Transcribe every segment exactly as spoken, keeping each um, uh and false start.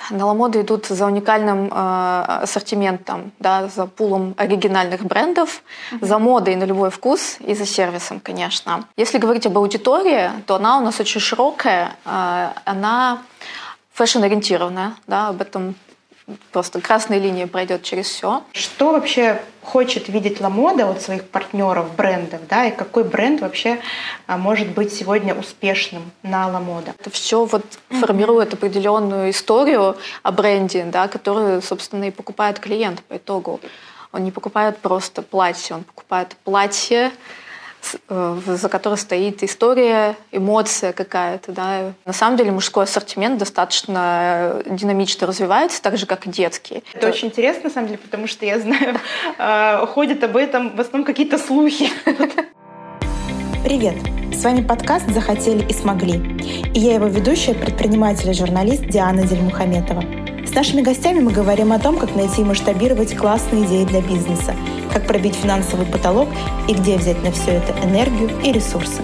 На Ламоду идут за уникальным э, ассортиментом, да, за пулом оригинальных брендов, mm-hmm. за модой на любой вкус и за сервисом, конечно. Если говорить об аудитории, то она у нас очень широкая, э, она фэшн-ориентированная, да, об этом просто красная линия пройдет через все. Что вообще хочет видеть Ламода от своих партнеров, брендов, да, и какой бренд вообще может быть сегодня успешным на Ламода? Это все вот mm-hmm. формирует определенную историю о бренде, да, которую, собственно, и покупает клиент по итогу. Он не покупает просто платье, он покупает платье, за которой стоит история, эмоция какая-то. Да. На самом деле мужской ассортимент достаточно динамично развивается, так же, как и детский. Это, Это очень интересно, на самом деле, потому что я знаю, ходят об этом в основном какие-то слухи. Привет! С вами подкаст «Захотели и смогли». И я его ведущая, предприниматель и журналист Диана Дельмухаметова. С нашими гостями мы говорим о том, как найти и масштабировать классные идеи для бизнеса, как пробить финансовый потолок и где взять на все это энергию и ресурсы.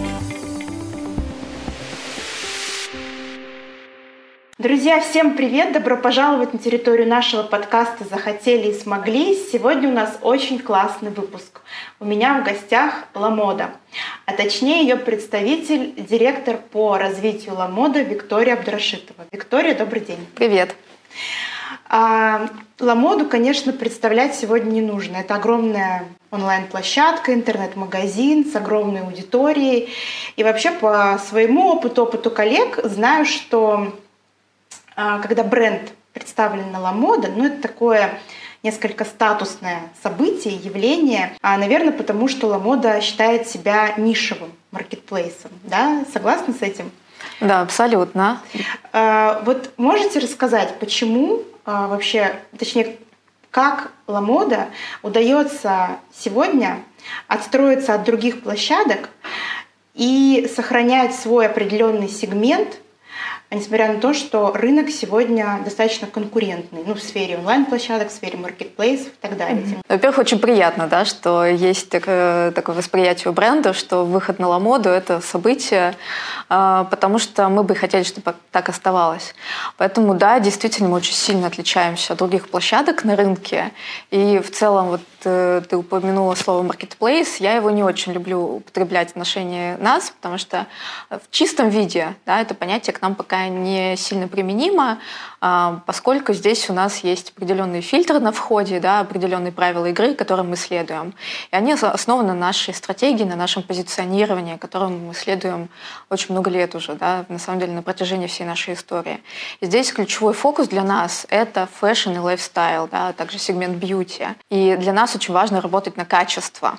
Друзья, всем привет! Добро пожаловать на территорию нашего подкаста «Захотели и смогли». Сегодня у нас очень классный выпуск. У меня в гостях Ламода, а точнее ее представитель, директор по развитию Ламода Виктория Абдрашитова. Виктория, добрый день. Привет. А, Ламоду, конечно, представлять сегодня не нужно. Это огромная онлайн-площадка, интернет-магазин с огромной аудиторией. И вообще по своему опыту, опыту коллег, знаю, что а, когда бренд представлен на Ламода, ну это такое несколько статусное событие, явление, а, наверное, потому что Ламода считает себя нишевым маркетплейсом. Да? Согласны с этим? Да, абсолютно. А, вот можете рассказать, почему а, вообще, точнее, как Ламода удается сегодня отстроиться от других площадок и сохранять свой определенный сегмент, несмотря на то, что рынок сегодня достаточно конкурентный, ну, в сфере онлайн-площадок, в сфере маркетплейсов и так далее. Mm-hmm. Во-первых, очень приятно, да, что есть такое, такое восприятие у бренда, что выход на Ламоду – это событие, потому что мы бы хотели, чтобы так оставалось. Поэтому, да, действительно, мы очень сильно отличаемся от других площадок на рынке. И в целом, вот ты упомянула слово «маркетплейс», я его не очень люблю употреблять в отношении нас, потому что в чистом виде, да, это понятие к нам пока не сильно применимо, поскольку здесь у нас есть определенные фильтры на входе, да, определенные правила игры, которым мы следуем. И они основаны на нашей стратегии, на нашем позиционировании, которым мы следуем очень много лет уже, да, на самом деле на протяжении всей нашей истории. И здесь ключевой фокус для нас — это фэшн и лайфстайл, да, а также сегмент бьюти. И для нас очень важно работать на качество.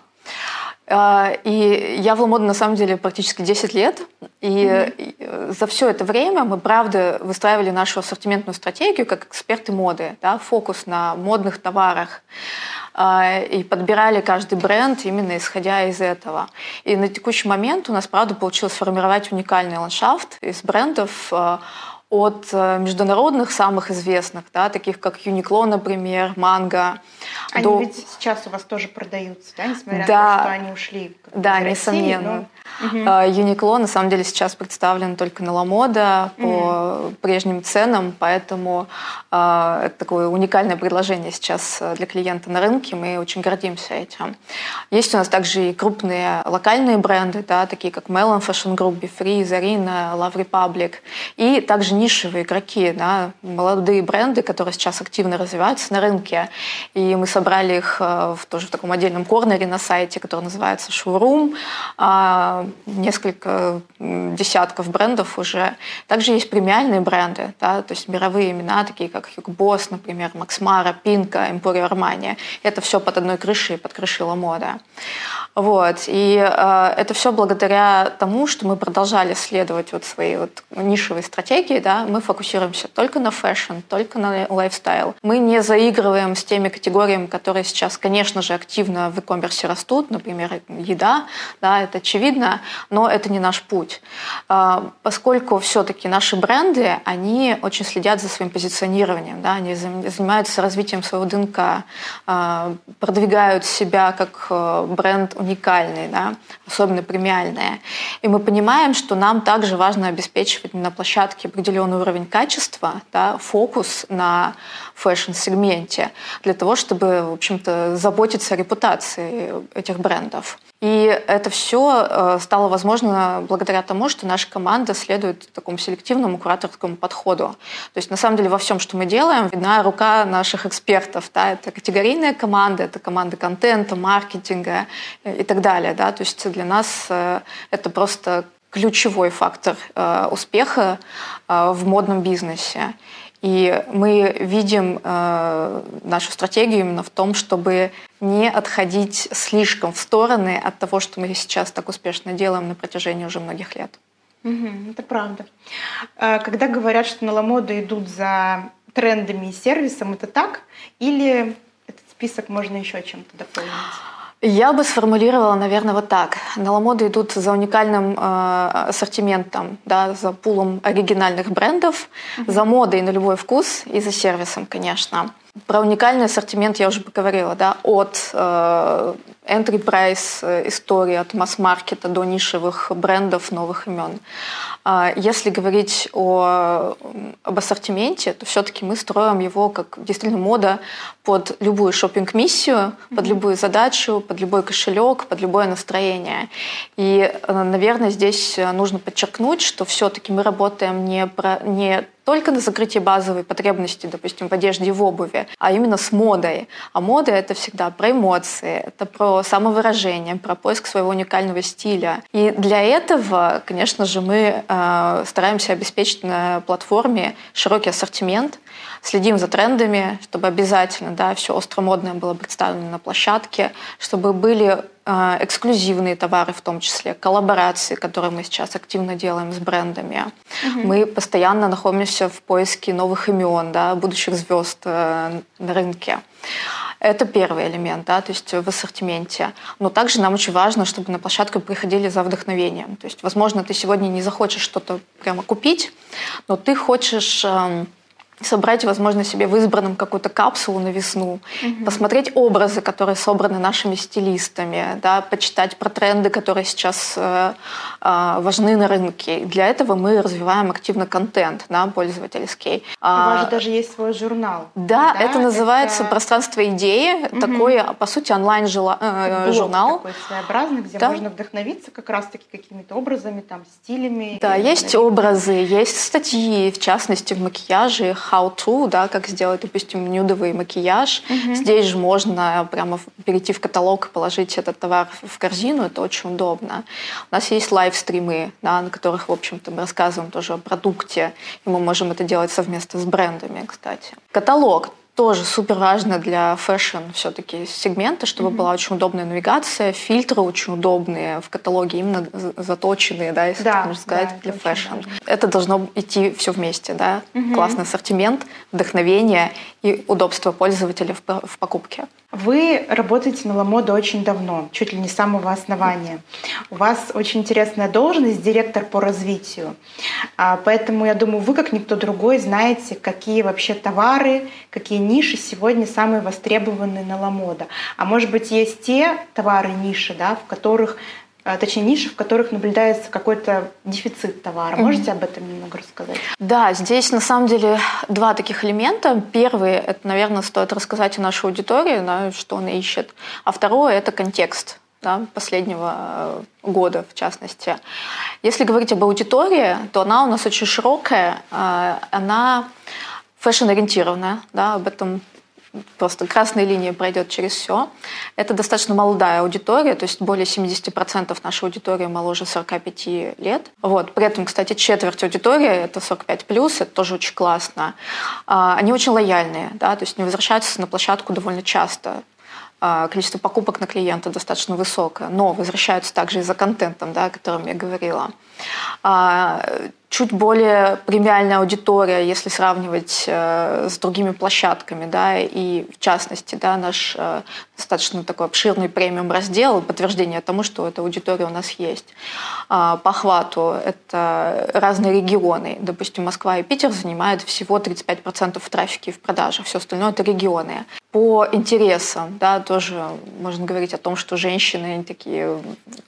И я в Ламоду на самом деле практически десять лет, и mm-hmm. за все это время мы, правда, выстраивали нашу ассортиментную стратегию как эксперты моды, да, фокус на модных товарах, и подбирали каждый бренд именно исходя из этого. И на текущий момент у нас, правда, получилось сформировать уникальный ландшафт из брендов от международных самых известных, да, таких как Uniqlo, например, Mango. Они до... ведь сейчас у вас тоже продаются, да, несмотря да. на то, что они ушли да, из России, несомненно. Но... Угу. Uniqlo на самом деле сейчас представлен только на Ламода по угу. прежним ценам, поэтому э, это такое уникальное предложение сейчас для клиента на рынке, мы очень гордимся этим. Есть у нас также и крупные локальные бренды, да, такие как Melon Fashion Group, Be Free, Zarina, Love Republic, и также нишевые игроки, да, молодые бренды, которые сейчас активно развиваются на рынке, и мы собрали их в, тоже в таком отдельном корнере на сайте, который называется Showroom, несколько десятков брендов уже. Также есть премиальные бренды, да, то есть мировые имена, такие как Hugo Boss, например, Max Mara, Pinko, Emporio Armani. Это все под одной крышей, под крышей Ламода. Вот. И э, это все благодаря тому, что мы продолжали следовать вот своей вот нишевой стратегии. Да? Мы фокусируемся только на фэшн, только на лайфстайл. Мы не заигрываем с теми категориями, которые сейчас, конечно же, активно в e-commerce растут. Например, еда, да, это очевидно, но это не наш путь. Э, поскольку все-таки наши бренды, они очень следят за своим позиционированием. Да? Они занимаются развитием своего ДНК, э, продвигают себя как бренд уникальные, да, особенно премиальные. И мы понимаем, что нам также важно обеспечивать на площадке определенный уровень качества, да, фокус на фэшн-сегменте, для того, чтобы, в общем-то, заботиться о репутации этих брендов. И это все стало возможно благодаря тому, что наша команда следует такому селективному кураторскому подходу. То есть, на самом деле, во всем, что мы делаем, видна рука наших экспертов. Да? Это категорийная команда, это команда контента, маркетинга и так далее. Да? То есть для нас это просто ключевой фактор успеха в модном бизнесе. И мы видим э, нашу стратегию именно в том, чтобы не отходить слишком в стороны от того, что мы сейчас так успешно делаем на протяжении уже многих лет. Угу, это правда. Когда говорят, что на ламоду идут за трендами и сервисом, это так? Или этот список можно еще чем-то дополнить? Я бы сформулировала, наверное, вот так. На ламоду идут за уникальным э, ассортиментом, да, за пулом оригинальных брендов, mm-hmm. за модой на любой вкус и за сервисом, конечно. Про уникальный ассортимент я уже поговорила, да, от э, entry-price истории, от масс-маркета до нишевых брендов, новых имен. Если говорить о, об ассортименте, то все-таки мы строим его как действительно мода под любую шопинг-миссию, mm-hmm. под любую задачу, под любой кошелек, под любое настроение. И, наверное, здесь нужно подчеркнуть, что все-таки мы работаем не, про, не только на закрытие базовой потребности, допустим, в одежде и в обуви, а именно с модой. А мода — это всегда про эмоции, это про самовыражение, про поиск своего уникального стиля. И для этого, конечно же, мы э, стараемся обеспечить на платформе широкий ассортимент, следим за трендами, чтобы обязательно, да, все остромодное было представлено на площадке, чтобы были э, эксклюзивные товары, в том числе коллаборации, которые мы сейчас активно делаем с брендами. Mm-hmm. Мы постоянно находимся в поиске новых имен, да, будущих звезд э, на рынке. Это первый элемент, да, то есть в ассортименте. Но также нам очень важно, чтобы на площадку приходили за вдохновением. То есть, возможно, ты сегодня не захочешь что-то прямо купить, но ты хочешь э, собрать, возможно, себе в избранном какую-то капсулу на весну, mm-hmm. посмотреть образы, которые собраны нашими стилистами, да, почитать про тренды, которые сейчас э, э, важны на рынке. И для этого мы развиваем активно контент, да, пользовательский. У вас же даже есть свой журнал. Да, да? Это называется это... «Пространство идеи», mm-hmm. такой, по сути, онлайн-журнал. Блог такой своеобразный, где да. можно вдохновиться как раз-таки какими-то образами, там, стилями. Да, есть образы, есть статьи, в частности, в макияже, how to, да, как сделать, допустим, нюдовый макияж. Mm-hmm. Здесь же можно прямо перейти в каталог и положить этот товар в корзину, это очень удобно. У нас есть лайвстримы, да, на которых, в общем-то, мы рассказываем тоже о продукте, и мы можем это делать совместно с брендами, кстати. Каталог тоже супер важно для фэшн все-таки сегмента, чтобы mm-hmm. была очень удобная навигация, фильтры очень удобные в каталоге, именно заточенные, да, если да, так можно сказать, да, для фэшн. Это должно идти все вместе, да, mm-hmm. классный ассортимент, вдохновение и удобство пользователя в, в покупке. Вы работаете на ламоду очень давно, чуть ли не с самого основания. У вас очень интересная должность — директор по развитию. Поэтому, я думаю, вы, как никто другой, знаете, какие вообще товары, какие ниши сегодня самые востребованные на ламода. А может быть, есть те товары, ниши, да, в которых, точнее, ниши, в которых наблюдается какой-то дефицит товара. Mm-hmm. Можете об этом немного рассказать? Да, здесь на самом деле два таких элемента. Первый — это, наверное, стоит рассказать о нашей аудитории, да, что она ищет. А второе — это контекст, да, последнего года, в частности. Если говорить об аудитории, то она у нас очень широкая, она фэшн-ориентированная, да, об этом просто красной линией пройдет через все. Это достаточно молодая аудитория, то есть более семьдесят процентов нашей аудитории моложе сорока пяти лет. Вот. При этом, кстати, четверть аудитории — это сорок пять плюс, это тоже очень классно. Они очень лояльные, да, то есть не возвращаются на площадку довольно часто. Количество покупок на клиента достаточно высокое, но возвращаются также и за контентом, да, о котором я говорила. чуть более премиальная аудитория, если сравнивать э, с другими площадками, да, и в частности, да, наш э, достаточно такой обширный премиум-раздел, подтверждение тому, что эта аудитория у нас есть. А, по охвату это разные регионы. Допустим, Москва и Питер занимают всего тридцать пять процентов в трафике и в продажах, все остальное это регионы. По интересам, да, тоже можно говорить о том, что женщины они такие...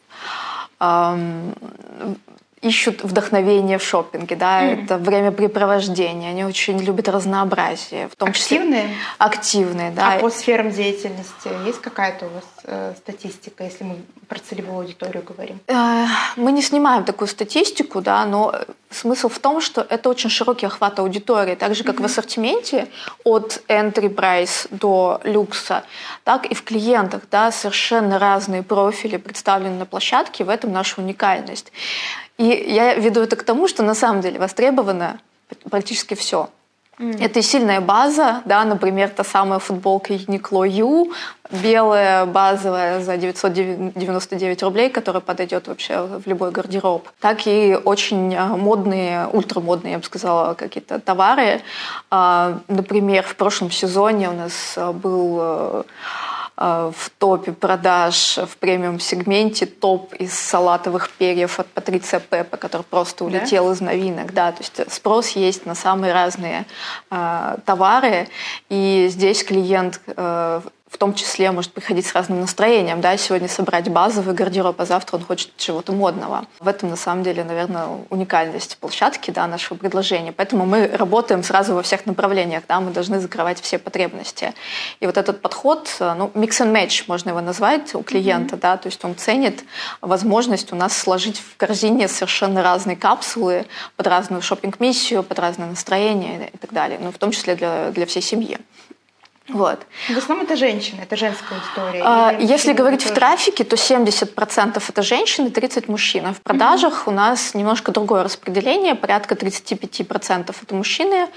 Эм, ищут вдохновение в шопинге, да, mm. это времяпрепровождение, они очень любят разнообразие, в том активные? числе активные, да. А по сферам деятельности есть какая-то у вас э, статистика, если мы про целевую аудиторию говорим? Э, мы не снимаем такую статистику, да, но смысл в том, что это очень широкий охват аудитории, так же как mm-hmm. в ассортименте от enterprise до люкса, так и в клиентах, да, совершенно разные профили представлены на площадке, в этом наша уникальность. И я веду это к тому, что на самом деле востребовано практически все. Mm. Это и сильная база, да, например, та самая футболка Uniqlo U, белая, базовая за девятьсот девяносто девять рублей, которая подойдет вообще в любой гардероб. Так и очень модные, ультрамодные, я бы сказала, какие-то товары. Например, в прошлом сезоне у нас был... в топе продаж в премиум-сегменте топ из салатовых перьев от Патриция Пеппа, который просто улетел да? из новинок. Да, то есть спрос есть на самые разные э, товары, и здесь клиент э, в том числе может приходить с разным настроением. Да? Сегодня собрать базовый гардероб, а завтра он хочет чего-то модного. В этом, на самом деле, наверное, уникальность площадки, да, нашего предложения. Поэтому мы работаем сразу во всех направлениях. Да? Мы должны закрывать все потребности. И вот этот подход, ну, mix and match, можно его назвать, у клиента. Mm-hmm. Да? То есть он ценит возможность у нас сложить в корзине совершенно разные капсулы под разную шопинг-миссию, под разное настроение и так далее. Ну, в том числе для, для всей семьи. Вот. В основном это женщины, это женская аудитория. А, если говорить тоже? В трафике, то семьдесят процентов это женщины, тридцать процентов мужчин. А в продажах mm-hmm. у нас немножко другое распределение, порядка тридцать пять процентов это мужчины,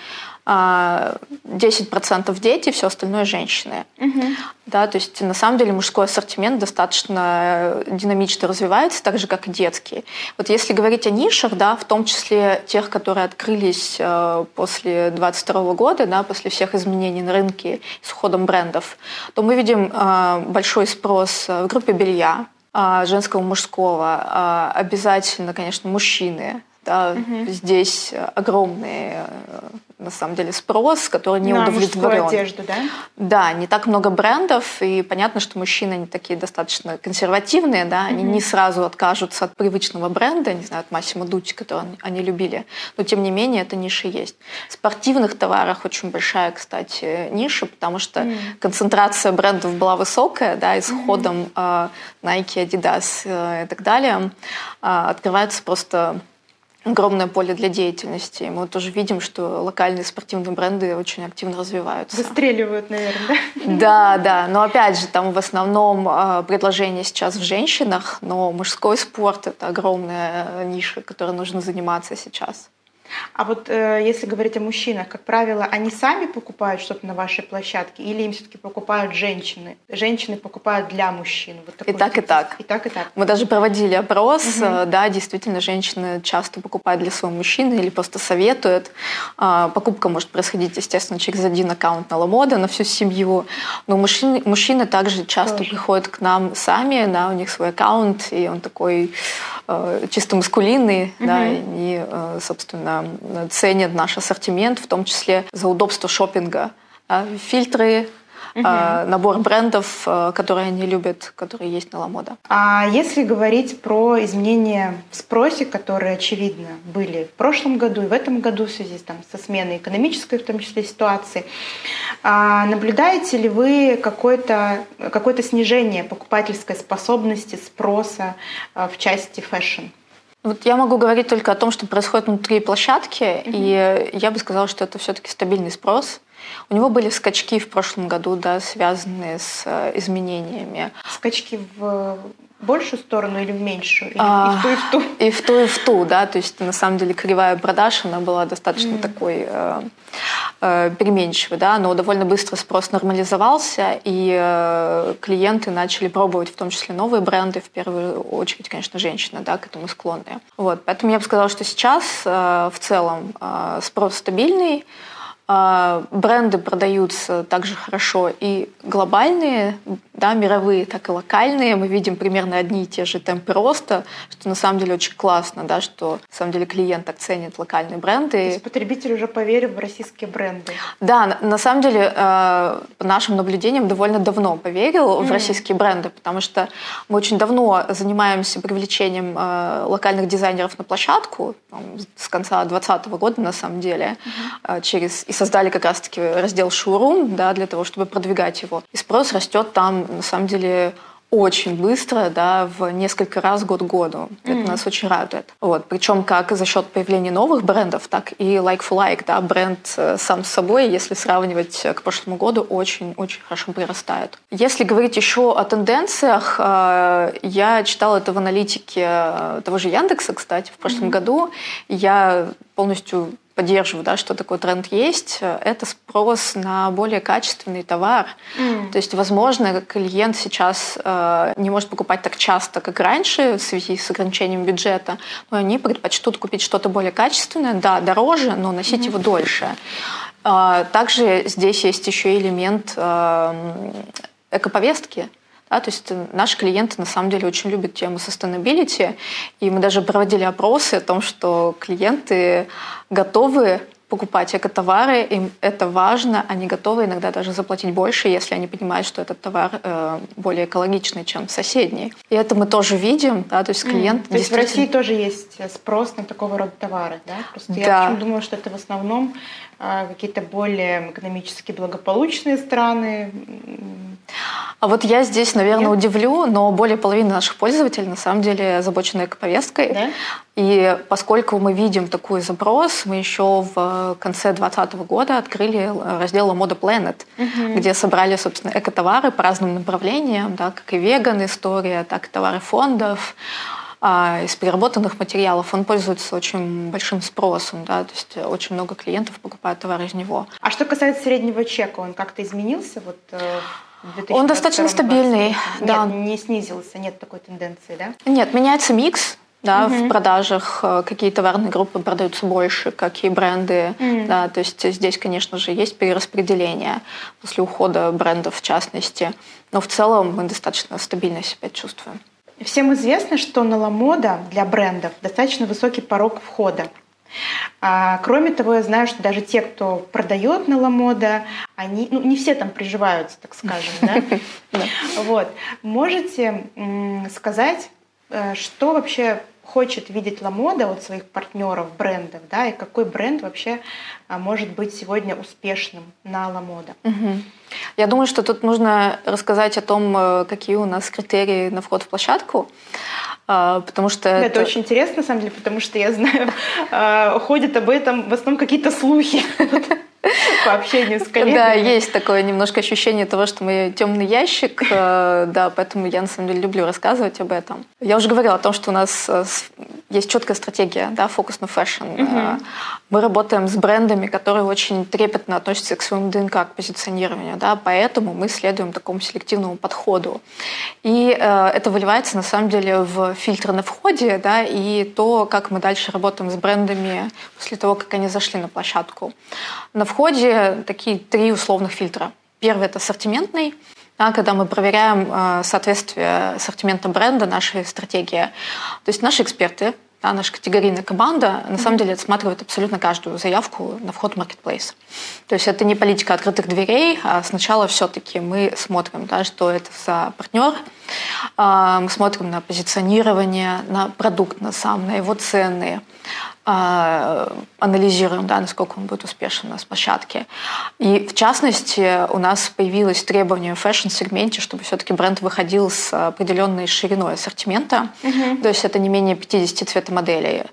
десять процентов дети, все остальное женщины. Mm-hmm. Да, то есть на самом деле мужской ассортимент достаточно динамично развивается, так же как и детский. Вот если говорить о нишах, да, в том числе тех, которые открылись после двадцать второго года, да, после всех изменений на рынке с уходом брендов, то мы видим большой спрос в группе белья, женского, мужского, обязательно, конечно, мужчины. Да, угу. Здесь огромный, на самом деле, спрос, который не на удовлетворен. Мужскую одежду, да? Да, не так много брендов, и понятно, что мужчины они такие достаточно консервативные, да, они угу. не сразу откажутся от привычного бренда, не знаю, от Massimo Dutti, который они любили, но тем не менее эта ниша есть. В спортивных товарах очень большая, кстати, ниша, потому что угу. концентрация брендов была высокая, да, и с угу. ходом э, Nike, Adidas э, и так далее э, открывается просто огромное поле для деятельности. Мы тоже видим, что локальные спортивные бренды очень активно развиваются. Выстреливают, наверное, да? Да, да. Но опять же, там в основном предложение сейчас в женщинах, но мужской спорт — это огромная ниша, которой нужно заниматься сейчас. А вот э, если говорить о мужчинах, как правило, они сами покупают что-то на вашей площадке или им все-таки покупают женщины? Женщины покупают для мужчин? Вот и так, и так. И так, и так. Мы даже проводили опрос. Угу. Да, действительно, женщины часто покупают для своего мужчины или просто советуют. Покупка может происходить, естественно, через один аккаунт на Ламода, на всю семью. Но мужчины, мужчины также часто Тоже. приходят к нам сами, да, у них свой аккаунт, и он такой э, чисто маскулинный, угу. да, и, э, собственно, ценят наш ассортимент, в том числе за удобство шопинга. Фильтры, угу. набор брендов, которые они любят, которые есть на Ламода. А если говорить про изменения в спросе, которые, очевидно, были в прошлом году и в этом году в связи там, со сменой экономической, в том числе, ситуации, наблюдаете ли вы какое-то, какое-то снижение покупательской способности, спроса в части фэшн? Вот я могу говорить только о том, что происходит внутри площадки, mm-hmm. и я бы сказала, что это все-таки стабильный спрос. У него были скачки в прошлом году, да, связанные с изменениями. Скачки в большую сторону или в меньшую? Или А, и в ту, и в ту? И в ту, и в ту, да. То есть, на самом деле, кривая продаж, она была достаточно mm. такой э, э, переменчивой, да, но довольно быстро спрос нормализовался, и э, клиенты начали пробовать, в том числе, новые бренды, в первую очередь, конечно, женщины, да, к этому склонные. Вот. Поэтому я бы сказала, что сейчас э, в целом э, спрос стабильный, бренды продаются также хорошо и глобальные, да, мировые, так и локальные. Мы видим примерно одни и те же темпы роста, что на самом деле очень классно, да, что на самом деле клиент так ценит локальные бренды. То есть потребитель уже поверил в российские бренды. Да, на, на самом деле, э, по нашим наблюдениям, довольно давно поверил mm. в российские бренды, потому что мы очень давно занимаемся привлечением э, локальных дизайнеров на площадку, там, с конца двадцатого года, на самом деле, mm-hmm. э, через и создали как раз-таки раздел шоурум, да, для того, чтобы продвигать его. И спрос растет там, на самом деле, очень быстро, да, в несколько раз год к году. Это mm-hmm. нас очень радует. Вот. Причем как за счет появления новых брендов, так и like for like, да, бренд сам с собой, если сравнивать к прошлому году, очень-очень хорошо прирастает. Если говорить еще о тенденциях, я читала это в аналитике того же Яндекса, кстати, в прошлом mm-hmm. году. Я полностью поддерживаю, да, что такой тренд есть, это спрос на более качественный товар. Mm. То есть, возможно, клиент сейчас э, не может покупать так часто, как раньше, в связи с ограничением бюджета, но они предпочтут купить что-то более качественное, да, дороже, но носить mm-hmm. его дольше. Э, также здесь есть еще элемент э, экоповестки. Да, то есть наши клиенты на самом деле очень любят тему sustainability, и мы даже проводили опросы о том, что клиенты готовы покупать экотовары, им это важно, они готовы иногда даже заплатить больше, если они понимают, что этот товар э, более экологичный, чем соседний. И это мы тоже видим, да, то есть клиент... Mm. То есть в России тоже есть спрос на такого рода товары, да? Просто да. Я почему думала, что это в основном э, какие-то более экономически благополучные страны. А вот я здесь, наверное, Нет? удивлю, но более половины наших пользователей на самом деле озабочены эковесткой. Да? И поскольку мы видим такой запрос, мы еще в конце двадцатого года открыли раздел LaModa Planet, угу. где собрали, собственно, экотовары по разным направлениям, да, как и веган-история, так и товары фондов. Из переработанных материалов. Он пользуется очень большим спросом, да, то есть очень много клиентов покупают товары из него. А что касается среднего чека, он как-то изменился? Вот, он достаточно стабильный. Нет, да. не снизился, нет такой тенденции, да? Нет, меняется микс. Да, угу. в продажах какие товарные группы продаются больше, какие бренды. Mm. Да, то есть здесь, конечно же, есть перераспределение после ухода брендов в частности. Но в целом мы достаточно стабильно себя чувствуем. Всем известно, что на LaModa для брендов достаточно высокий порог входа. А, кроме того, я знаю, что даже те, кто продает на LaModa, они, ну, не все там приживаются, так скажем, да? Вот. Можете сказать, что вообще хочет видеть LaModa от своих партнеров, брендов, да, и какой бренд вообще может быть сегодня успешным на LaModa? Угу. Я думаю, что тут нужно рассказать о том, какие у нас критерии на вход в площадку, потому что это... это очень интересно, на самом деле, потому что я знаю, ходят об этом в основном какие-то слухи. По общению с коллегами. Да, есть такое немножко ощущение того, что мы темный ящик, да, поэтому я на самом деле люблю рассказывать об этом. Я уже говорила о том, что у нас есть четкая стратегия, да, фокус на фэшн. Угу. Мы работаем с брендами, которые очень трепетно относятся к своему ДНК, к позиционированию, да, поэтому мы следуем такому селективному подходу. И э, это выливается на самом деле в фильтры на входе, да, и то, как мы дальше работаем с брендами после того, как они зашли на площадку. На входе такие три условных фильтра. Первый – это ассортиментный, да, когда мы проверяем э, соответствие ассортимента бренда нашей стратегии. То есть наши эксперты, да, наша категорийная команда на самом деле отсматривает абсолютно каждую заявку на вход в маркетплейс. То есть это не политика открытых дверей, а сначала все-таки мы смотрим, да, что это за партнер, мы смотрим на позиционирование, на продукт на сам, на его цены, анализируем, да, насколько он будет успешен на площадке. И в частности у нас появилось требование в фэшн-сегменте, чтобы все-таки бренд выходил с определенной шириной ассортимента. Uh-huh. То есть это не менее пятьдесят цветомоделей.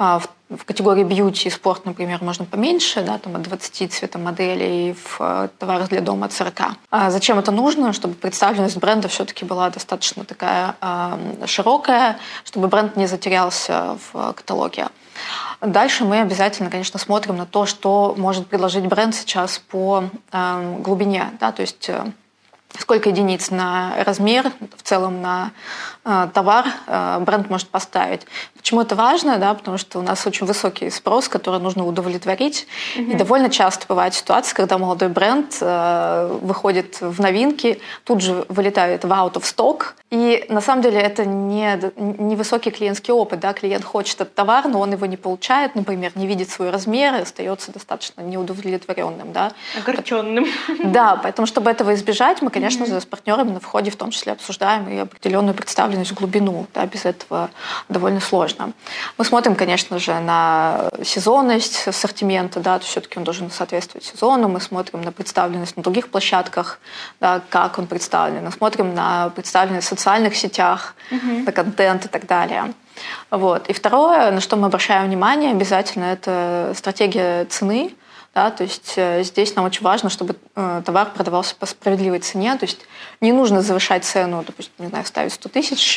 В категории бьюти и спорт, например, можно поменьше, да, там от двадцати цветомоделей, в товарах для дома от сорока. А зачем это нужно? Чтобы представленность бренда все-таки была достаточно такая э, широкая, чтобы бренд не затерялся в каталоге. Дальше мы обязательно, конечно, смотрим на то, что может предложить бренд сейчас по э, глубине, да, то есть э, сколько единиц на размер, в целом на э, товар э, бренд может поставить. Почему это важно? Да, потому что у нас очень высокий спрос, который нужно удовлетворить. Mm-hmm. И довольно часто бывает ситуация, когда молодой бренд э, выходит в новинки, тут же вылетает в out of stock. И на самом деле это не, не высокий клиентский опыт. Да? Клиент хочет этот товар, но он его не получает, например, не видит свой размер и остается достаточно неудовлетворенным. Да? Огорченным. Да, поэтому, чтобы этого избежать, мы, конечно же, с партнерами на входе в том числе обсуждаем и определенную представленность в глубину. Да? Без этого довольно сложно. Мы смотрим, конечно же, на сезонность ассортимента, да, то все-таки он должен соответствовать сезону. Мы смотрим на представленность на других площадках, да, как он представлен. Мы смотрим на представленность в социальных сетях, uh-huh. на контент и так далее. Вот. И второе, на что мы обращаем внимание обязательно, это стратегия цены. Да, то есть здесь нам очень важно, чтобы товар продавался по справедливой цене. То есть не нужно завышать цену, допустим, не знаю, ставить сто тысяч,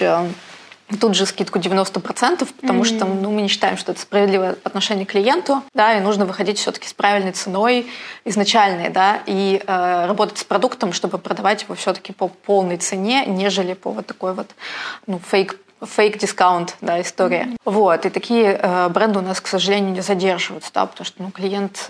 тут же скидку девяносто процентов, потому mm-hmm. что ну, мы не считаем, что это справедливое отношение к клиенту, да, и нужно выходить все-таки с правильной ценой изначальной, да, и э, работать с продуктом, чтобы продавать его все-таки по полной цене, нежели по вот такой вот ну, фейк фейк-дискаунт, да, история. Mm-hmm. Вот. И такие э, бренды у нас, к сожалению, не задерживаются, да, потому что ну, клиент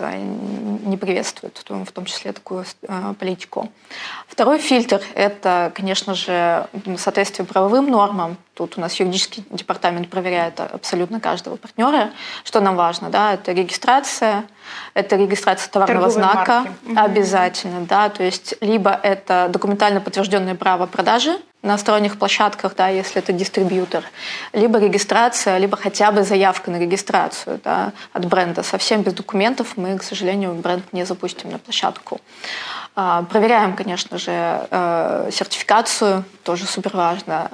не приветствует, в том числе, такую э, политику. Второй фильтр – это, конечно же, соответствие правовым нормам. Тут у нас юридический департамент проверяет абсолютно каждого партнера. Что нам важно? Да? Это регистрация, это регистрация товарного торговые знака. Марки. Обязательно. Да? То есть либо это документально подтвержденное право продажи на сторонних площадках, да, если это дистрибьютор, либо регистрация, либо хотя бы заявка на регистрацию, да, от бренда. Совсем без документов мы, к сожалению, бренд не запустим на площадку. Проверяем, конечно же, сертификацию, тоже супер важно.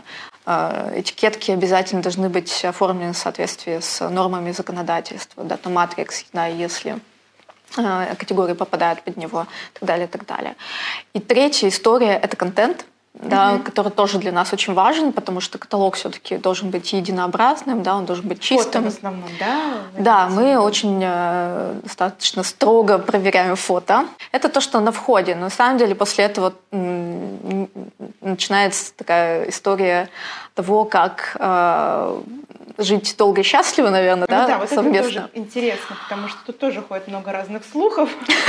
Этикетки обязательно должны быть оформлены в соответствии с нормами законодательства, Data Matrix, да, если категории попадают под него, и так далее, и так далее. И третья история – это контент, да, mm-hmm. который тоже для нас очень важен, потому что каталог все-таки должен быть единообразным, да, он должен быть чистым. Фото в основном, да? Да, мы очень э, достаточно строго проверяем фото. Это то, что на входе. Но на самом деле после этого м- начинается такая история того, как э, жить долго и счастливо, наверное, ну, да, да, вот совместно. Это тоже интересно, потому что тут тоже ходит много разных слухов.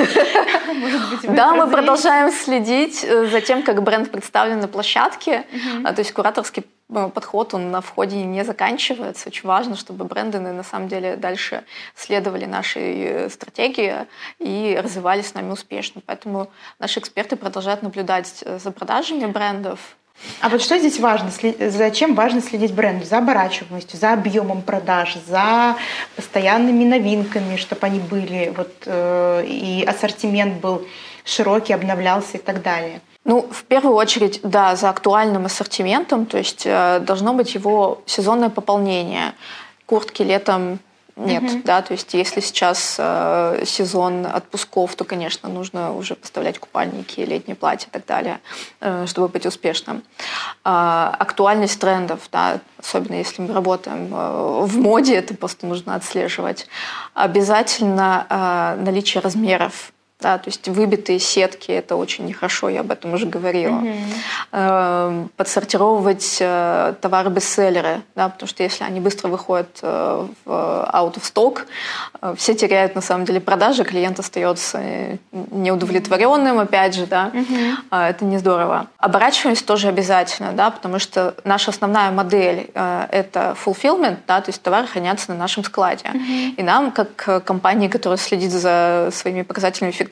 Да, мы продолжаем следить за тем, как бренд представлен на площадке. То есть кураторский подход, он на входе не заканчивается. Очень важно, чтобы бренды на самом деле дальше следовали нашей стратегии и развивались с нами успешно. Поэтому наши эксперты продолжают наблюдать за продажами брендов. А вот что здесь важно? Зачем важно следить бренду? За оборачиваемостью, за объемом продаж, за постоянными новинками, чтобы они были, вот, э, и ассортимент был широкий, обновлялся и так далее. Ну, в первую очередь, да, за актуальным ассортиментом, то есть э, должно быть его сезонное пополнение. Куртки летом нет, uh-huh. да, то есть если сейчас э, сезон отпусков, то, конечно, нужно уже поставлять купальники, летние платья и так далее, э, чтобы быть успешным. Э, актуальность трендов, да, особенно если мы работаем э, в моде, это просто нужно отслеживать. Обязательно э, наличие размеров. Да, то есть выбитые сетки – это очень нехорошо, я об этом уже говорила. Mm-hmm. Подсортировывать товары-бестселлеры, да, потому что если они быстро выходят в out of stock, все теряют на самом деле продажи, клиент остается неудовлетворенным, опять же, да, mm-hmm. это не здорово. Оборачиваемость тоже обязательно, да, потому что наша основная модель – это fulfillment, да, то есть товары хранятся на нашем складе. Mm-hmm. И нам, как компании, которая следит за своими показателями эффективности,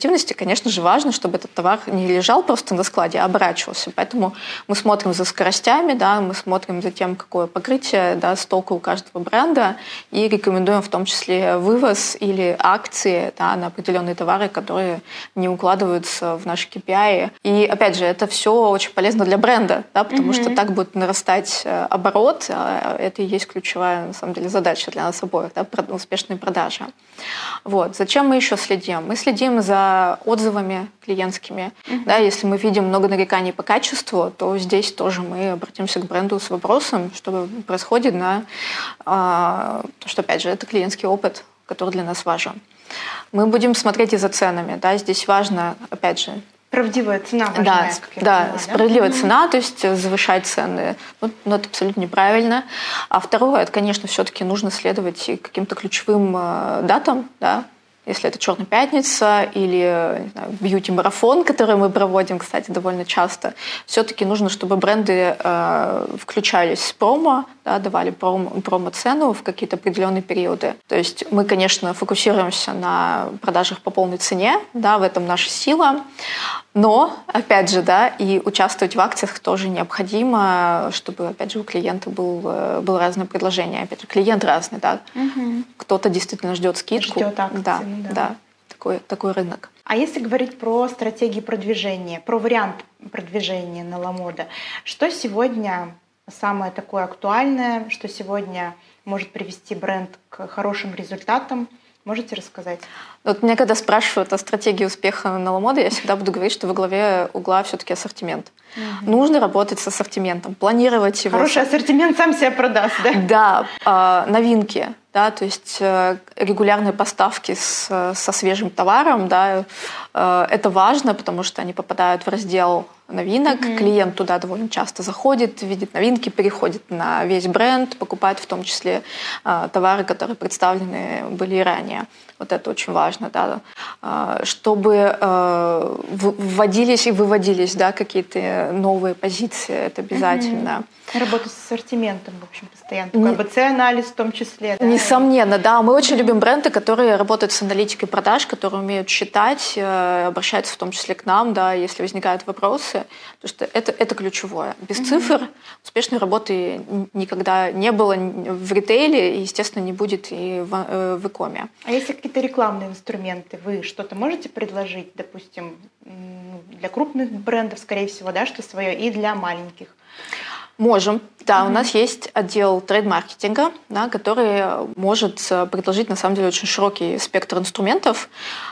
эффективности, конечно же, важно, чтобы этот товар не лежал просто на складе, а оборачивался. Поэтому мы смотрим за скоростями, да, мы смотрим за тем, какое покрытие, да, стока у каждого бренда, и рекомендуем в том числе вывоз или акции, да, на определенные товары, которые не укладываются в наши кей пи ай. И, опять же, это все очень полезно для бренда, да, потому mm-hmm. что так будет нарастать оборот. Это и есть ключевая, на самом деле, задача для нас обоих, да, успешные продажи. Вот. Зачем мы еще следим? Мы следим за отзывами клиентскими. Mm-hmm. Да, если мы видим много нареканий по качеству, то здесь тоже мы обратимся к бренду с вопросом, что происходит, на, а, что, опять же, это клиентский опыт, который для нас важен. Мы будем смотреть и за ценами. Да, здесь важно, опять же, правдивая цена важна, да, как я да, понимаю, справедливая да? цена, то есть завышать цены, ну, ну, это абсолютно неправильно. А второе, это, конечно, все-таки нужно следовать и каким-то ключевым э, датам, да, если это «Черная пятница» или бьюти-марафон, который мы проводим, кстати, довольно часто, все-таки нужно, чтобы бренды э, включались в промо, да, давали промо, промо-цену в какие-то определенные периоды. То есть мы, конечно, фокусируемся на продажах по полной цене, да, в этом наша сила, но, опять же, да, и участвовать в акциях тоже необходимо, чтобы, опять же, у клиента был, было разное предложение. Опять же, клиент разный, да. Угу. Кто-то действительно ждет скидку. Ждет акции, да, ну да. да, такой, такой рынок. А если говорить про стратегии продвижения, про вариант продвижения на Ламода, что сегодня самое такое актуальное, что сегодня может привести бренд к хорошим результатам? Можете рассказать? Вот меня когда спрашивают о стратегии успеха на Ламода, я всегда буду говорить, что во главе угла все-таки ассортимент. Угу. Нужно работать с ассортиментом, планировать его. Хороший ассортимент сам себя продаст, да? Да, э, новинки, да, то есть э, регулярные поставки с, со свежим товаром, да, э, это важно, потому что они попадают в раздел новинок, mm-hmm. клиент туда довольно часто заходит, видит новинки, переходит на весь бренд, покупает в том числе э, товары, которые представлены были и ранее. Вот это очень важно, да, э, чтобы э, вводились и выводились, да, какие-то новые позиции, это обязательно. Mm-hmm. Работа с ассортиментом, в общем, постоянно. Такой эй би си-анализ в том числе. Да? Несомненно, да. Мы очень любим бренды, которые работают с аналитикой продаж, которые умеют считать, обращаются в том числе к нам, да, если возникают вопросы. Потому что это, это ключевое. Без mm-hmm. цифр успешной работы никогда не было в ритейле и, естественно, не будет и в, в икоме. А если какие-то рекламные инструменты, вы что-то можете предложить, допустим, для крупных брендов, скорее всего, да, что свое, и для маленьких? Можем. Да, mm-hmm. у нас есть отдел трейд-маркетинга, да, который может предложить, на самом деле, очень широкий спектр инструментов,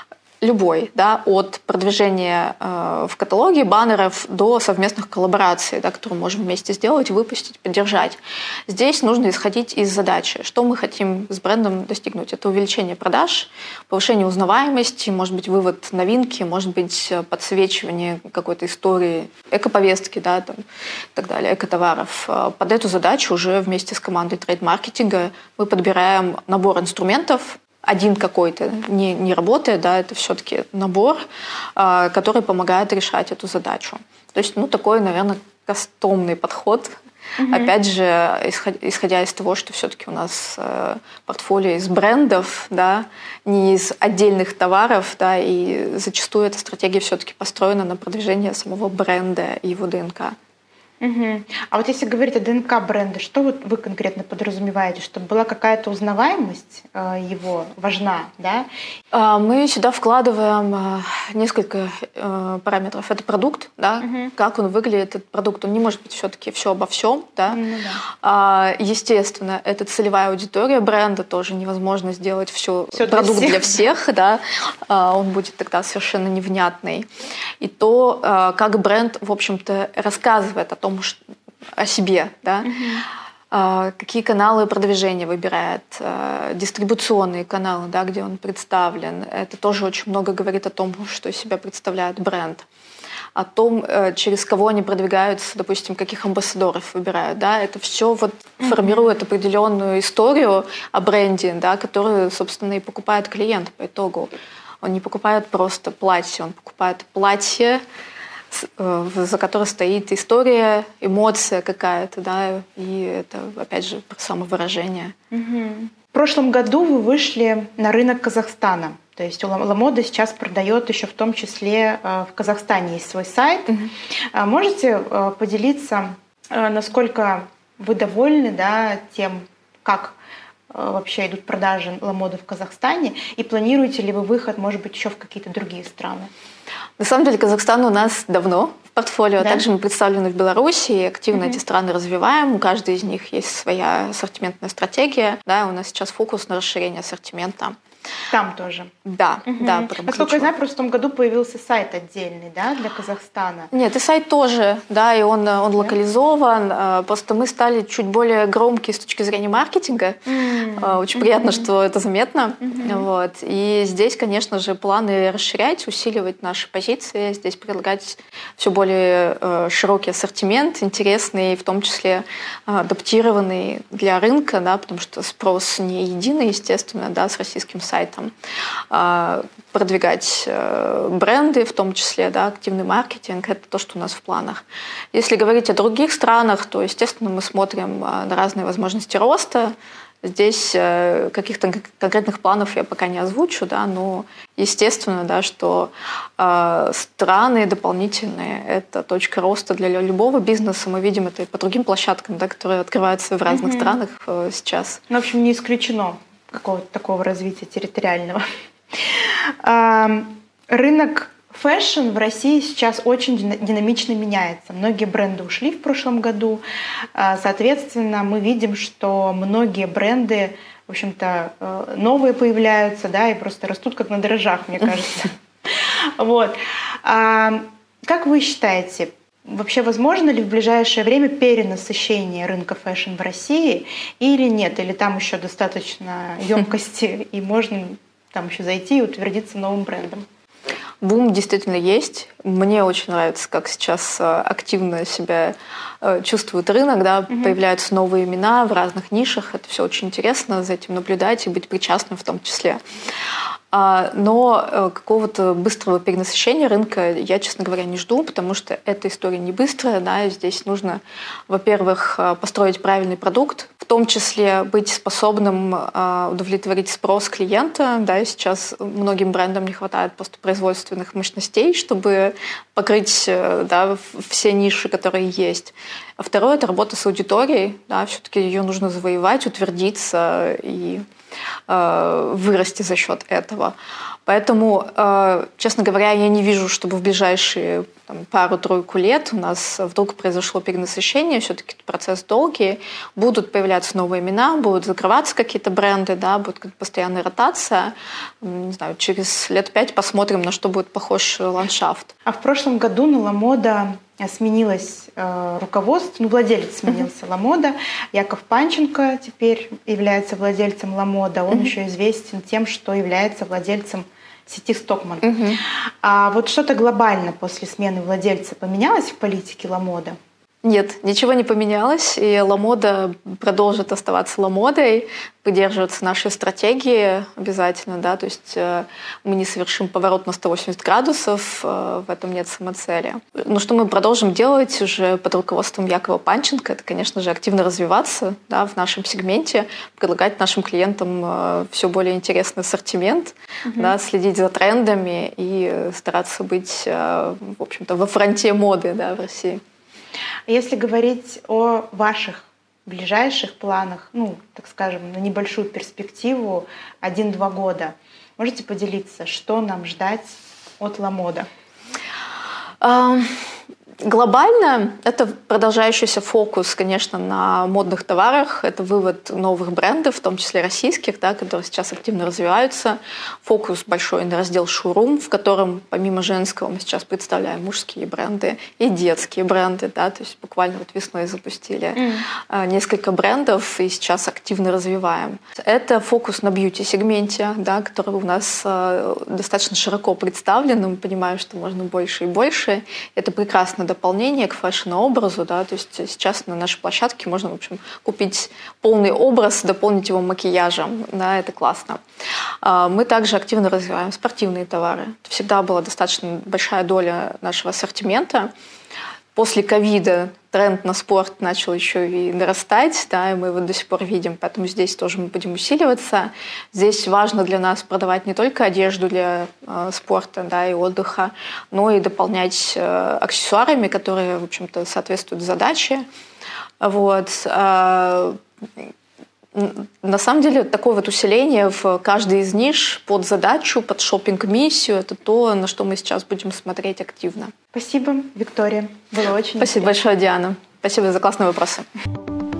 любой, да, от продвижения э, в каталоге баннеров до совместных коллабораций, да, которые мы можем вместе сделать, выпустить, поддержать. Здесь нужно исходить из задачи, что мы хотим с брендом достигнуть. Это увеличение продаж, повышение узнаваемости, может быть, вывод новинки, может быть, подсвечивание какой-то истории, экоповестки, да, там, и так далее, экотоваров. Под эту задачу уже вместе с командой трейд-маркетинга мы подбираем набор инструментов, один какой-то не, не работает, да, это все-таки набор, э, который помогает решать эту задачу. То есть, ну, такой, наверное, кастомный подход. Mm-hmm. Опять же, исходя, исходя из того, что все-таки у нас э, портфолио из брендов, да, не из отдельных товаров, да, и зачастую эта стратегия все-таки построена на продвижении самого бренда и его ДНК. Угу. А вот если говорить о ДНК бренда, что вот вы конкретно подразумеваете? Чтобы была какая-то узнаваемость э, его важна, да? Мы сюда вкладываем несколько э, параметров. Это продукт, да, угу. как он выглядит, этот продукт. Он не может быть все-таки все обо всем, да. Ну, да. Естественно, это целевая аудитория бренда, тоже невозможно сделать все, все продукт для всех, для всех да. Он будет тогда совершенно невнятный. И то, как бренд, в общем-то, рассказывает о том, о себе, да, uh-huh. какие каналы продвижения выбирает, дистрибуционные каналы, да, где он представлен. Это тоже очень много говорит о том, что из себя представляет бренд, о том, через кого они продвигаются, допустим, каких амбассадоров выбирают. Да. Это все вот uh-huh. формирует определенную историю о бренде, да, которую, собственно, и покупает клиент по итогу. Он не покупает просто платье, он покупает платье, за которой стоит история, эмоция какая-то, да, и это, опять же, про самовыражение. Угу. В прошлом году вы вышли на рынок Казахстана. То есть Ламода сейчас продает еще в том числе в Казахстане есть свой сайт. Mm-hmm. Можете поделиться, насколько вы довольны, да, тем, как вообще идут продажи Ламоды в Казахстане, и планируете ли вы выход, может быть, еще в какие-то другие страны? На самом деле Казахстан у нас давно в портфолио. Да? Также мы представлены в Беларуси, и активно mm-hmm. эти страны развиваем. У каждой из них есть своя ассортиментная стратегия. Да, у нас сейчас фокус на расширение ассортимента. Там тоже? Да, угу. да. Насколько я знаю, просто в том году появился сайт отдельный, да, для Казахстана. Нет, и сайт тоже, да, и он, он да? локализован. Просто мы стали чуть более громкие с точки зрения маркетинга. Mm-hmm. Очень приятно, mm-hmm. что это заметно. Mm-hmm. Вот. И здесь, конечно же, планы расширять, усиливать наши позиции. Здесь предлагать все более широкий ассортимент, интересный, в том числе адаптированный для рынка, да, потому что спрос не единый, естественно, да, с российским сайтом. сайтом, продвигать бренды, в том числе, да, активный маркетинг, это то, что у нас в планах. Если говорить о других странах, то, естественно, мы смотрим на разные возможности роста. Здесь каких-то конкретных планов я пока не озвучу, да, но естественно, да, что страны дополнительные – это точка роста для любого бизнеса. Мы видим это и по другим площадкам, да, которые открываются в разных mm-hmm. странах сейчас. Ну, в общем, не исключено какого-то такого развития территориального. Рынок фэшн в России сейчас очень динамично меняется. Многие бренды ушли в прошлом году. Соответственно, мы видим, что многие бренды, в общем-то, новые появляются, да, и просто растут как на дрожжах, мне кажется. Вот. Как вы считаете, вообще возможно ли в ближайшее время перенасыщение рынка фэшн в России или нет? Или там еще достаточно емкости и можно там еще зайти и утвердиться новым брендом? Бум действительно есть. Мне очень нравится, как сейчас активно себя чувствует рынок, да, mm-hmm. появляются новые имена в разных нишах. Это все очень интересно, за этим наблюдать и быть причастным в том числе. Но какого-то быстрого перенасыщения рынка я, честно говоря, не жду, потому что эта история не быстрая. Да, здесь нужно, во-первых, построить правильный продукт, в том числе быть способным удовлетворить спрос клиента. Да, сейчас многим брендам не хватает просто производственных мощностей, чтобы покрыть, да, все ниши, которые есть. А второе – это работа с аудиторией. Да, все-таки ее нужно завоевать, утвердиться и вырасти за счет этого. Поэтому, честно говоря, я не вижу, чтобы в ближайшие там, пару-тройку лет у нас вдруг произошло перенасыщение. Все-таки процесс долгий. Будут появляться новые имена, будут закрываться какие-то бренды, да, будет постоянная ротация. Не знаю, через лет пять посмотрим, на что будет похож ландшафт. А в прошлом году на Ламода сменилось э, руководство, ну, владелец сменился mm-hmm. Ламода. Яков Панченко теперь является владельцем Ламода. Он mm-hmm. еще известен тем, что является владельцем сети Stockmann. Mm-hmm. А вот что-то глобально после смены владельца поменялось в политике Ламода? Нет, ничего не поменялось, и Ламода продолжит оставаться Ламодой, придерживаться нашей стратегии обязательно, да, то есть э, мы не совершим поворот на сто восемьдесят градусов, э, в этом нет самоцели. Но что мы продолжим делать уже под руководством Якова Панченко, это, конечно же, активно развиваться, да, в нашем сегменте, предлагать нашим клиентам э, все более интересный ассортимент, mm-hmm. да, следить за трендами и стараться быть, э, в общем-то, во фронте моды, да, в России. Если говорить о ваших ближайших планах, ну, так скажем, на небольшую перспективу один-два года, можете поделиться, что нам ждать от Ламода? Глобально это продолжающийся фокус, конечно, на модных товарах. Это вывод новых брендов, в том числе российских, да, которые сейчас активно развиваются. Фокус большой на раздел шоурум, в котором помимо женского мы сейчас представляем мужские бренды и детские бренды. Да, то есть буквально вот весной запустили mm. несколько брендов и сейчас активно развиваем. Это фокус на бьюти-сегменте, да, который у нас достаточно широко представлен. Мы понимаем, что можно больше и больше. Это прекрасно дополнение к фэшн-образу, да, то есть сейчас на нашей площадке можно, в общем, купить полный образ, дополнить его макияжем, да, это классно. Мы также активно развиваем спортивные товары. Это всегда была достаточно большая доля нашего ассортимента. после ковида тренд на спорт начал еще и нарастать, да, и мы его до сих пор видим, поэтому здесь тоже мы будем усиливаться. Здесь важно для нас продавать не только одежду для э, спорта, да, и отдыха, но и дополнять э, аксессуарами, которые, в общем-то, соответствуют задаче. Вот. Э, На самом деле, такое вот усиление в каждой из ниш под задачу, под шопинг-миссию – это то, на что мы сейчас будем смотреть активно. Спасибо, Виктория. Было очень Спасибо интересно. большое, Диана. Спасибо за классные вопросы.